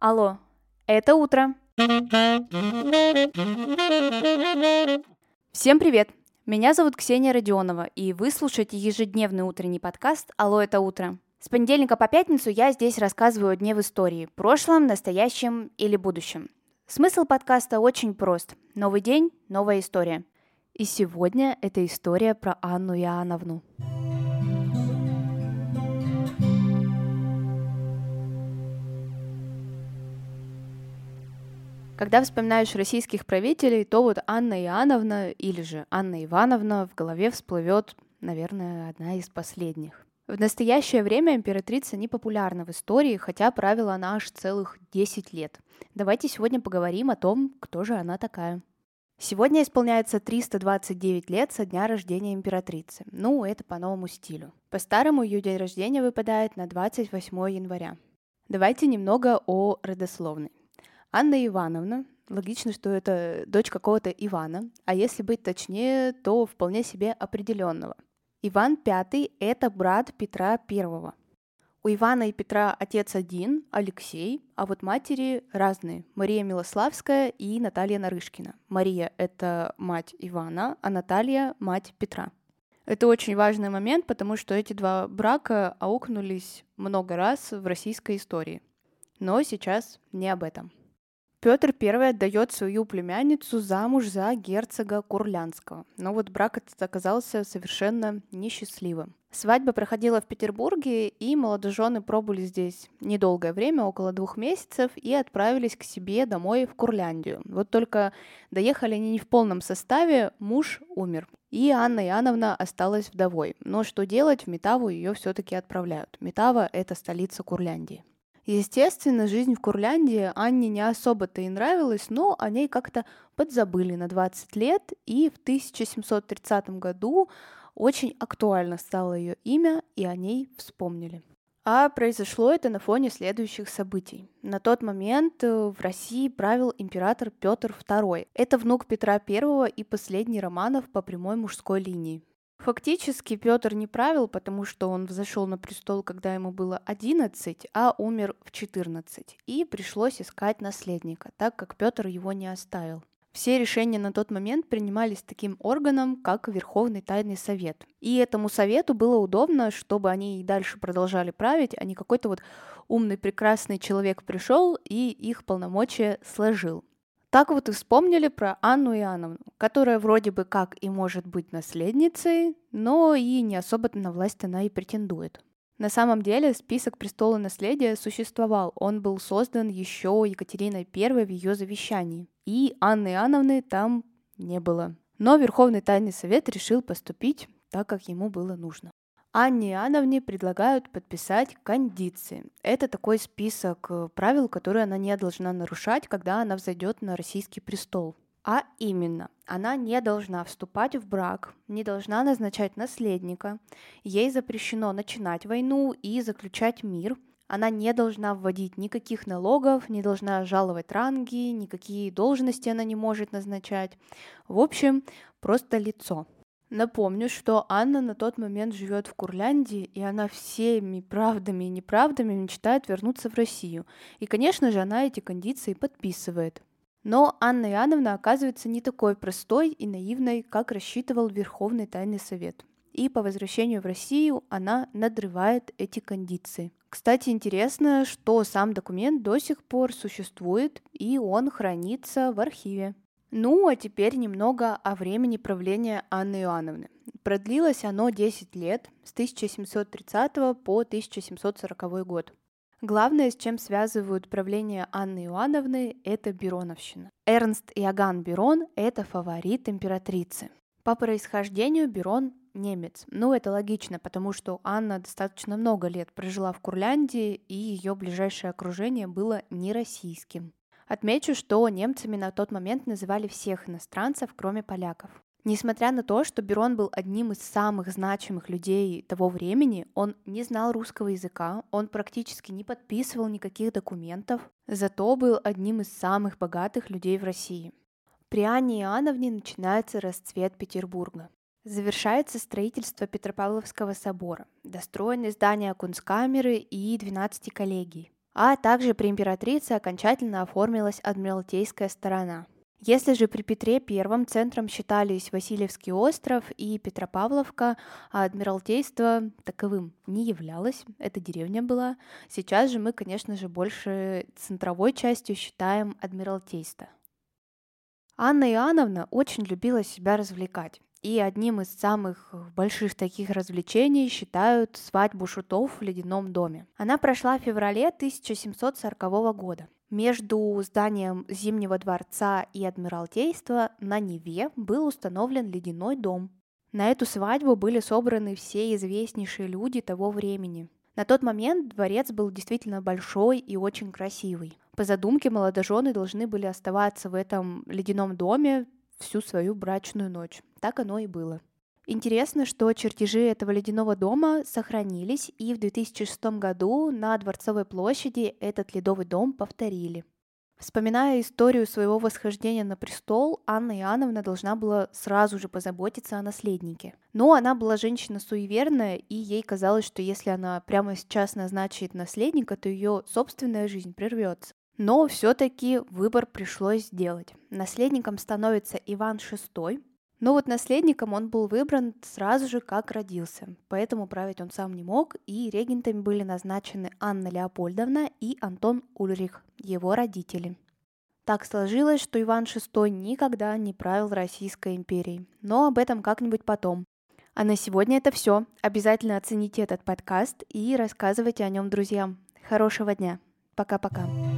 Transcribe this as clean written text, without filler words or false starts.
Алло, это утро. Всем привет! Меня зовут Ксения Родионова, и вы слушаете ежедневный утренний подкаст «Алло, это утро». С понедельника по пятницу я здесь рассказываю о дне в истории, прошлом, настоящем или будущем. Смысл подкаста очень прост. Новый день, новая история. И сегодня это история про Анну Иоанновну. Когда вспоминаешь российских правителей, то вот Анна Иоанновна или же Анна Ивановна в голове всплывет, наверное, одна из последних. В настоящее время императрица не популярна в истории, хотя правила она аж целых 10 лет. Давайте сегодня поговорим о том, кто же она такая. Сегодня исполняется 329 лет со дня рождения императрицы. Ну, это по новому стилю. По-старому ее день рождения выпадает на 28 января. Давайте немного о родословной. Анна Ивановна, логично, что это дочь какого-то Ивана, а если быть точнее, то вполне себе определенного. Иван V – это брат Петра I. У Ивана и Петра отец один, Алексей, а вот матери разные – Мария Милославская и Наталья Нарышкина. Мария – это мать Ивана, а Наталья – мать Петра. Это очень важный момент, потому что эти два брака аукнулись много раз в российской истории. Но сейчас не об этом. Петр I отдает свою племянницу замуж за герцога Курлянского. Но вот брак этот оказался совершенно несчастливым. Свадьба проходила в Петербурге, и молодожены пробыли здесь недолгое время, около 2 месяцев, и отправились к себе домой в Курляндию. Вот только доехали они не в полном составе, муж умер. И Анна Иоанновна осталась вдовой. Но что делать, в Метаву ее все-таки отправляют. Метава – это столица Курляндии. Естественно, жизнь в Курляндии Анне не особо-то и нравилась, но о ней как-то подзабыли на 20 лет, и в 1730 году очень актуально стало ее имя, и о ней вспомнили. А произошло это на фоне следующих событий. На тот момент в России правил император Петр II. Это внук Петра I и последний Романов по прямой мужской линии. Фактически Петр не правил, потому что он взошел на престол, когда ему было 11, а умер в 14, и пришлось искать наследника, так как Петр его не оставил. Все решения на тот момент принимались таким органом, как Верховный Тайный Совет. И этому совету было удобно, чтобы они и дальше продолжали править, а не какой-то вот умный, прекрасный человек пришел и их полномочия сложил. Так вот и вспомнили про Анну Иоанновну, которая вроде бы как и может быть наследницей, но и не особо на власть она и претендует. На самом деле список престола наследия существовал, он был создан еще Екатериной I в ее завещании, и Анны Иоанновны там не было. Но Верховный Тайный Совет решил поступить так, как ему было нужно. Анне Иоанновне предлагают подписать кондиции. Это такой список правил, которые она не должна нарушать, когда она взойдет на российский престол. А именно, она не должна вступать в брак, не должна назначать наследника, ей запрещено начинать войну и заключать мир, она не должна вводить никаких налогов, не должна жаловать ранги, никакие должности она не может назначать. В общем, просто лицо. Напомню, что Анна на тот момент живет в Курляндии, и она всеми правдами и неправдами мечтает вернуться в Россию. И, конечно же, она эти кондиции подписывает. Но Анна Иоанновна оказывается не такой простой и наивной, как рассчитывал Верховный Тайный Совет. И по возвращению в Россию она надрывает эти кондиции. Кстати, интересно, что сам документ до сих пор существует, и он хранится в архиве. Ну, а теперь немного о времени правления Анны Иоанновны. Продлилось оно 10 лет, с 1730 по 1740 год. Главное, с чем связывают правление Анны Иоанновны, это Бироновщина. Эрнст Иоганн Бирон – это фаворит императрицы. По происхождению Бирон немец. Ну, это логично, потому что Анна достаточно много лет прожила в Курляндии, и ее ближайшее окружение было не российским. Отмечу, что немцами на тот момент называли всех иностранцев, кроме поляков. Несмотря на то, что Бирон был одним из самых значимых людей того времени, он не знал русского языка, он практически не подписывал никаких документов, зато был одним из самых богатых людей в России. При Анне Иоанновне начинается расцвет Петербурга. Завершается строительство Петропавловского собора, достроены здания Кунсткамеры и 12 коллегий. А также при императрице окончательно оформилась адмиралтейская сторона. Если же при Петре I центром считались Васильевский остров и Петропавловка, а Адмиралтейство таковым не являлось, эта деревня была, сейчас же мы, конечно же, больше центровой частью считаем Адмиралтейство. Анна Иоанновна очень любила себя развлекать. И одним из самых больших таких развлечений считают свадьбу шутов в ледяном доме. Она прошла в феврале 1740 года. Между зданием Зимнего дворца и Адмиралтейства на Неве был установлен ледяной дом. На эту свадьбу были собраны все известнейшие люди того времени. На тот момент дворец был действительно большой и очень красивый. По задумке молодожены должны были оставаться в этом ледяном доме всю свою брачную ночь. Так оно и было. Интересно, что чертежи этого ледяного дома сохранились, и в 2006 году на Дворцовой площади этот ледовый дом повторили. Вспоминая историю своего восхождения на престол, Анна Иоанновна должна была сразу же позаботиться о наследнике. Но она была женщина суеверная, и ей казалось, что если она прямо сейчас назначит наследника, то ее собственная жизнь прервется. Но все-таки выбор пришлось сделать. Наследником становится Иван VI, но вот наследником он был выбран сразу же, как родился, поэтому править он сам не мог, и регентами были назначены Анна Леопольдовна и Антон Ульрих, его родители. Так сложилось, что Иван VI никогда не правил Российской империей, но об этом как-нибудь потом. А на сегодня это все. Обязательно оцените этот подкаст и рассказывайте о нем друзьям. Хорошего дня. Пока-пока.